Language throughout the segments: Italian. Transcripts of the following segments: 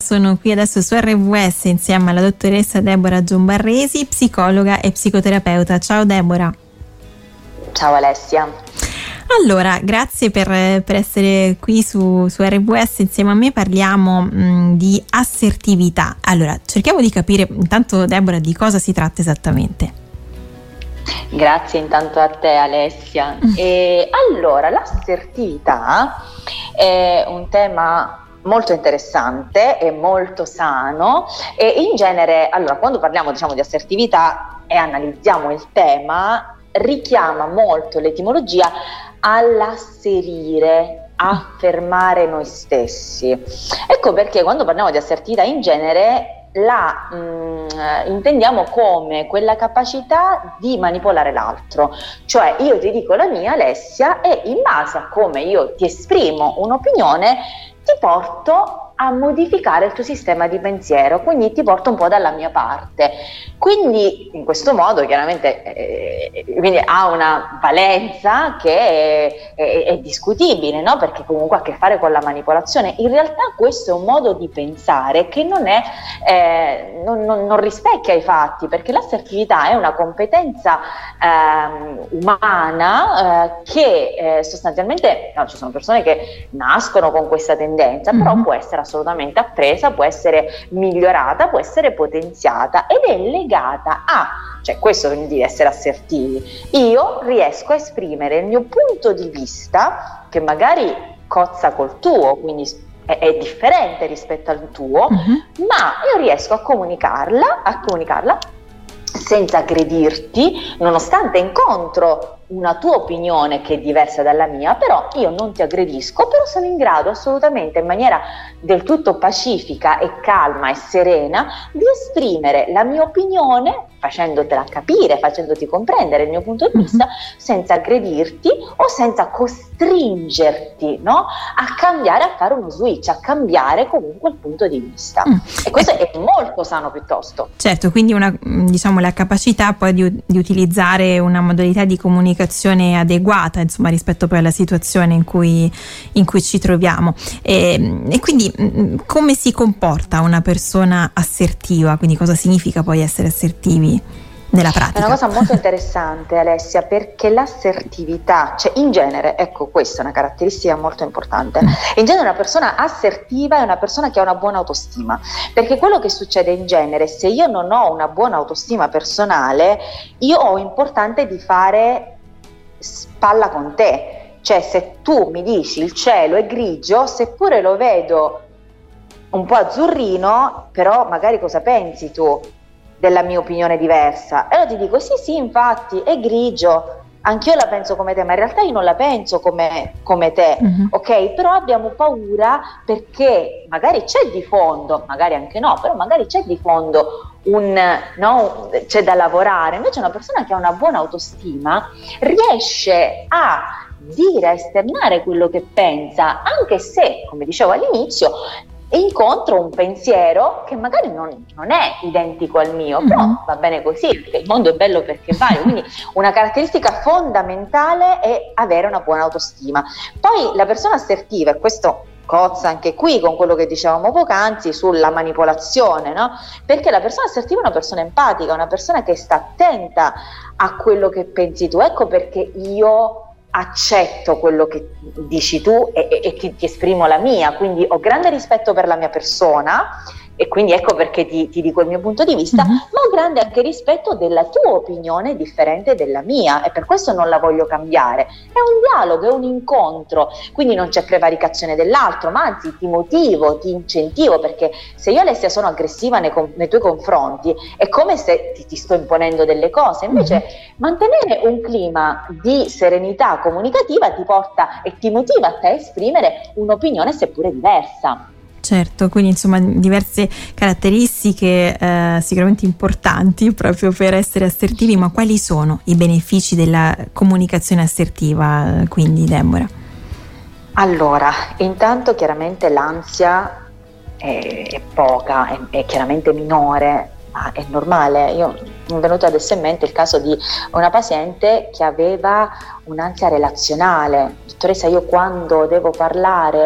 sono qui adesso su RWS insieme alla dottoressa Deborah Giombarresi, psicologa e psicoterapeuta. Ciao Deborah. Ciao Alessia. Allora, grazie per essere qui su RWS insieme a me. Parliamo di assertività. Allora, cerchiamo di capire intanto, Deborah, di cosa si tratta esattamente. Grazie intanto a te Alessia. E allora, l'assertività è un tema molto interessante e molto sano, e in genere, allora, quando parliamo di assertività e analizziamo il tema, richiama molto l'etimologia all'asserire, affermare noi stessi. Ecco perché quando parliamo di assertività in genere la intendiamo come quella capacità di manipolare l'altro, cioè io ti dico la mia, Alessia, e in base a come io ti esprimo un'opinione ti porto a modificare il tuo sistema di pensiero, quindi ti porto un po' dalla mia parte. Quindi in questo modo chiaramente quindi ha una valenza che è discutibile, no? Perché comunque ha a che fare con la manipolazione. In realtà questo è un modo di pensare che non rispecchia i fatti, perché l'assertività è una competenza umana che sostanzialmente ci sono persone che nascono con questa tendenza, però può essere assolutamente appresa, può essere migliorata, può essere potenziata, ed è legata cioè questo vuol dire essere assertivi. Io riesco a esprimere il mio punto di vista, che magari cozza col tuo, quindi è differente rispetto al tuo, ma io riesco a comunicarla senza aggredirti, nonostante incontro una tua opinione che è diversa dalla mia, però io non ti aggredisco, però sono in grado assolutamente, in maniera del tutto pacifica e calma e serena, di esprimere la mia opinione, facendotela capire, facendoti comprendere il mio punto di vista, senza aggredirti o senza costringerti, no? A cambiare, a fare uno switch, a cambiare comunque il punto di vista. E questo è molto sano piuttosto. Certo, quindi la capacità poi di utilizzare una modalità di comunicazione adeguata, insomma, rispetto poi alla situazione in cui ci troviamo. E quindi come si comporta una persona assertiva? Quindi cosa significa poi essere assertivi nella pratica? È una cosa molto interessante, Alessia, perché l'assertività, cioè in genere, ecco, questa è una caratteristica molto importante. In genere una persona assertiva è una persona che ha una buona autostima, perché quello che succede in genere, se io non ho una buona autostima personale, io ho importante di fare spalla con te. Cioè, se tu mi dici il cielo è grigio, seppure lo vedo un po' azzurrino, però magari cosa pensi tu della mia opinione diversa? E io ti dico sì, infatti è grigio, anch'io la penso come te, ma in realtà io non la penso come te, ok? Però abbiamo paura perché magari c'è di fondo, magari anche no, però magari c'è di fondo c'è da lavorare. Invece una persona che ha una buona autostima riesce a dire, a esternare quello che pensa, anche se, come dicevo all'inizio, incontro un pensiero che magari non è identico al mio, però va bene così, perché il mondo è bello perché vario. Quindi una caratteristica fondamentale è avere una buona autostima. Poi la persona assertiva, e questo cozza anche qui con quello che dicevamo poc'anzi sulla manipolazione, no? Perché la persona assertiva è una persona empatica, una persona che sta attenta a quello che pensi tu. Ecco perché io accetto quello che dici tu e ti esprimo la mia, quindi ho grande rispetto per la mia persona, e quindi ecco perché ti dico il mio punto di vista, ma ho grande anche rispetto della tua opinione differente della mia, e per questo non la voglio cambiare. È un dialogo, è un incontro, quindi non c'è prevaricazione dell'altro, ma anzi ti motivo, ti incentivo, perché se io, Alessia, sono aggressiva nei tuoi confronti è come se ti sto imponendo delle cose. Invece mantenere un clima di serenità comunicativa ti porta e ti motiva a te a esprimere un'opinione seppure diversa. Certo, quindi insomma diverse caratteristiche sicuramente importanti proprio per essere assertivi. Ma quali sono i benefici della comunicazione assertiva, quindi, Deborah? Allora, intanto chiaramente l'ansia è poca, è chiaramente minore, ma è normale. Mi è venuto adesso in mente il caso di una paziente che aveva un'ansia relazionale. Dottoressa, io quando devo parlare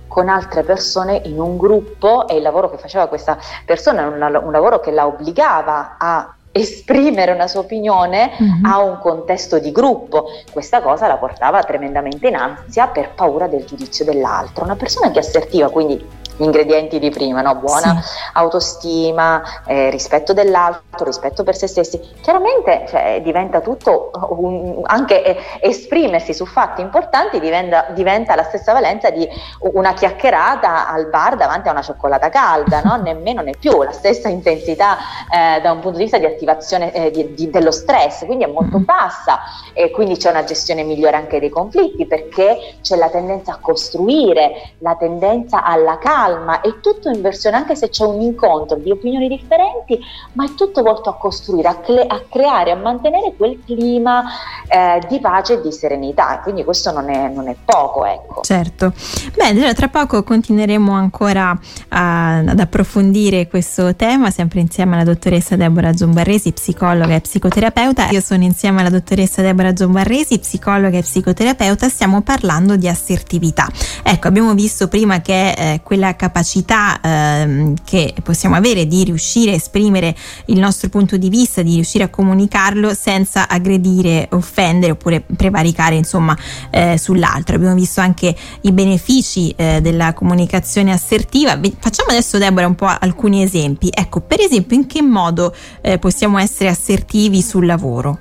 con altre persone in un gruppo, e il lavoro che faceva questa persona era un lavoro che la obbligava a esprimere una sua opinione a un contesto di gruppo. Questa cosa la portava tremendamente in ansia per paura del giudizio dell'altro. Una persona che è assertiva, quindi gli ingredienti di prima, no? Buona autostima, rispetto dell'altro, rispetto per se stessi, chiaramente diventa tutto, anche esprimersi su fatti importanti diventa la stessa valenza di una chiacchierata al bar davanti a una cioccolata calda, no? Nemmeno né più la stessa intensità da un punto di vista di attivazione dello stress, quindi è molto bassa, e quindi c'è una gestione migliore anche dei conflitti, perché c'è la tendenza a costruire, la tendenza alla calma. È tutto in versione, anche se c'è un incontro di opinioni differenti, ma è tutto volto a costruire, a creare, a mantenere quel clima di pace e di serenità, quindi questo non è poco, ecco. Certo. Bene, tra poco continueremo ancora ad approfondire questo tema, sempre insieme alla dottoressa Deborah Zombarresi, psicologa e psicoterapeuta. Io sono insieme alla dottoressa Deborah Zombarresi, psicologa e psicoterapeuta. Stiamo parlando di assertività. Ecco, abbiamo visto prima che quella capacità che possiamo avere di riuscire a esprimere il nostro punto di vista, di riuscire a comunicarlo senza aggredire, offendere oppure prevaricare, insomma, sull'altro. Abbiamo visto anche i benefici della comunicazione assertiva. Facciamo adesso, Deborah, un po' alcuni esempi. Ecco, per esempio, in che modo possiamo essere assertivi sul lavoro?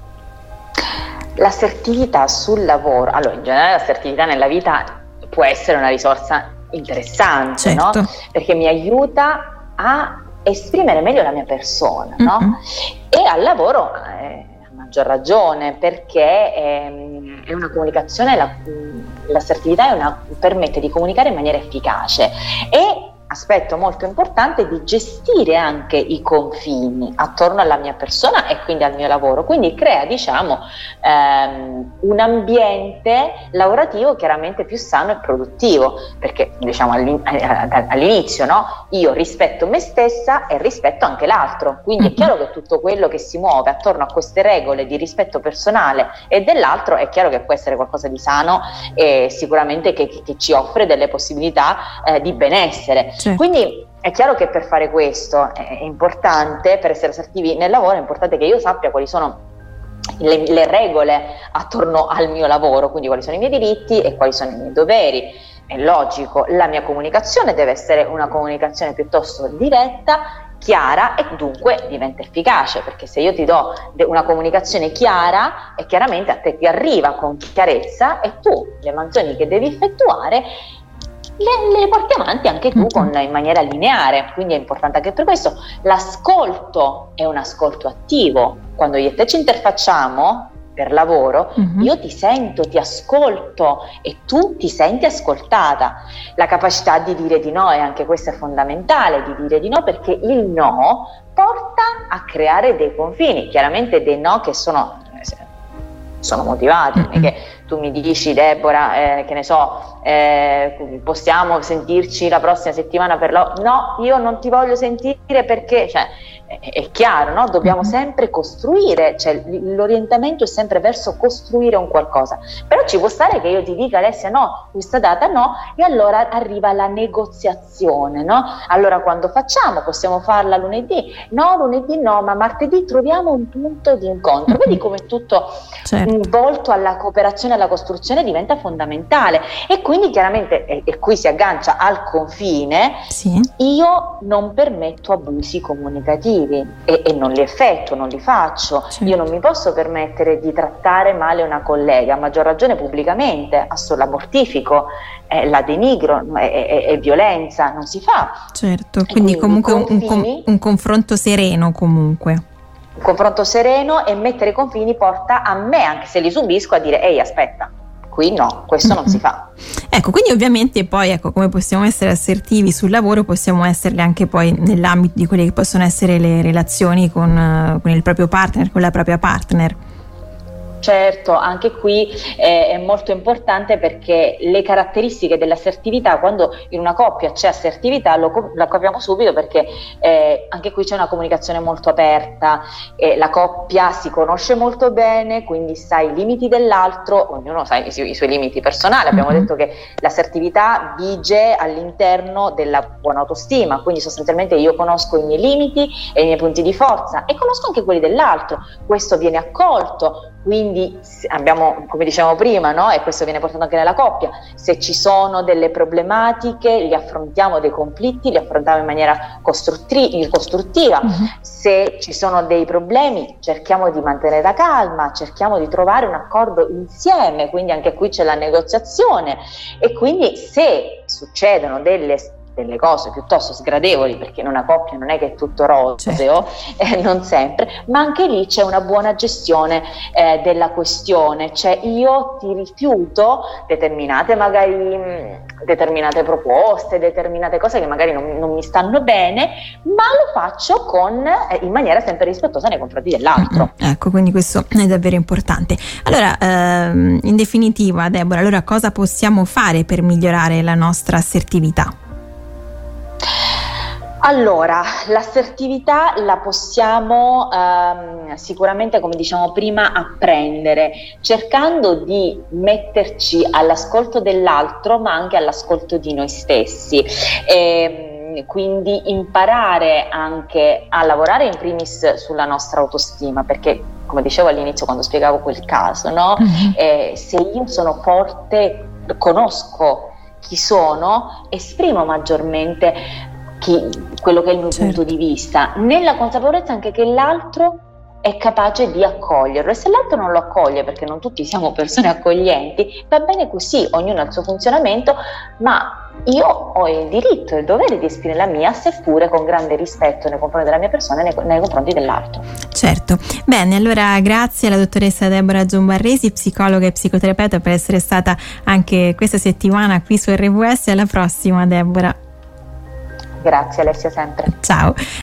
L'assertività sul lavoro, allora, in generale l'assertività nella vita può essere una risorsa interessante, certo, no? Perché mi aiuta a esprimere meglio la mia persona, no? E al lavoro a maggior ragione, perché è una comunicazione, l'assertività permette di comunicare in maniera efficace, e aspetto molto importante di gestire anche i confini attorno alla mia persona e quindi al mio lavoro, quindi crea, diciamo, un ambiente lavorativo chiaramente più sano e produttivo, perché, diciamo, all'inizio, no? Io rispetto me stessa e rispetto anche l'altro, quindi è chiaro che tutto quello che si muove attorno a queste regole di rispetto personale e dell'altro è chiaro che può essere qualcosa di sano e sicuramente che ci offre delle possibilità di benessere. Certo. Quindi è chiaro che per fare questo è importante, per essere assertivi nel lavoro, è importante che io sappia quali sono le regole attorno al mio lavoro, quindi quali sono i miei diritti e quali sono i miei doveri. È logico, la mia comunicazione deve essere una comunicazione piuttosto diretta, chiara, e dunque diventa efficace, perché se io ti do una comunicazione chiara, e chiaramente a te ti arriva con chiarezza, e tu le mansioni che devi effettuare le porti avanti anche tu in maniera lineare. Quindi è importante anche per questo. L'ascolto è un ascolto attivo. Quando io e te ci interfacciamo per lavoro, io ti sento, ti ascolto e tu ti senti ascoltata. La capacità di dire di no, e anche questo è fondamentale, di dire di no, perché il no porta a creare dei confini, chiaramente dei no che sono motivati, non è che tu mi dici, Deborah, che ne so, possiamo sentirci la prossima settimana no, io non ti voglio sentire perché, cioè, è chiaro, no? Dobbiamo sempre costruire, cioè l'orientamento è sempre verso costruire un qualcosa, però ci può stare che io ti dica, Alessia, no, questa data no, e allora arriva la negoziazione, no? Allora quando facciamo? Possiamo farla lunedì? No, lunedì no, ma martedì troviamo un punto di incontro. Vedi come tutto volto alla cooperazione, alla costruzione diventa fondamentale, e quindi chiaramente, e qui si aggancia al confine, io non permetto abusi comunicativi e non li effettuo, non li faccio. Io non mi posso permettere di trattare male una collega, a maggior ragione pubblicamente, la mortifico, la denigro, è violenza, non si fa. Certo, quindi comunque un confronto sereno comunque. Un confronto sereno e mettere confini porta a me, anche se li subisco, a dire ehi, aspetta, qui no, questo non si fa. Ecco, quindi ovviamente poi, ecco, come possiamo essere assertivi sul lavoro, possiamo esserli anche poi nell'ambito di quelle che possono essere le relazioni con il proprio partner, con la propria partner. Certo, anche qui è molto importante, perché le caratteristiche dell'assertività, quando in una coppia c'è assertività, lo capiamo subito, perché anche qui c'è una comunicazione molto aperta, la coppia si conosce molto bene, quindi sa i limiti dell'altro, ognuno sa i suoi limiti personali. Abbiamo detto che l'assertività vige all'interno della buona autostima, quindi sostanzialmente io conosco i miei limiti e i miei punti di forza e conosco anche quelli dell'altro, questo viene accolto. Quindi abbiamo, come dicevamo prima, no? E questo viene portato anche nella coppia, se ci sono delle problematiche li affrontiamo, dei conflitti li affrontiamo in maniera costruttiva, se ci sono dei problemi cerchiamo di mantenere la calma, cerchiamo di trovare un accordo insieme, quindi anche qui c'è la negoziazione. E quindi se succedono delle cose piuttosto sgradevoli, perché in una coppia non è che è tutto roseo, non sempre, ma anche lì c'è una buona gestione della questione, cioè io ti rifiuto determinate proposte, determinate cose che magari non mi stanno bene, ma lo faccio in maniera sempre rispettosa nei confronti dell'altro. Ecco, quindi questo è davvero importante. Allora, in definitiva, Deborah, allora cosa possiamo fare per migliorare la nostra assertività? Allora, l'assertività la possiamo sicuramente, come diciamo prima, apprendere, cercando di metterci all'ascolto dell'altro, ma anche all'ascolto di noi stessi. Quindi imparare anche a lavorare in primis sulla nostra autostima, perché come dicevo all'inizio quando spiegavo quel caso, no? Se io sono forte, conosco chi sono, esprimo maggiormente quello che è il mio punto di vista, nella consapevolezza anche che l'altro è capace di accoglierlo, e se l'altro non lo accoglie, perché non tutti siamo persone accoglienti, va bene così, ognuno ha il suo funzionamento, ma io ho il diritto e il dovere di esprimere la mia, seppure con grande rispetto nei confronti della mia persona e nei confronti dell'altro. Certo. Bene, allora grazie alla dottoressa Deborah Giombarresi, psicologa e psicoterapeuta, per essere stata anche questa settimana qui su RWS. Alla prossima, Deborah. Grazie Alessia, sempre. Ciao.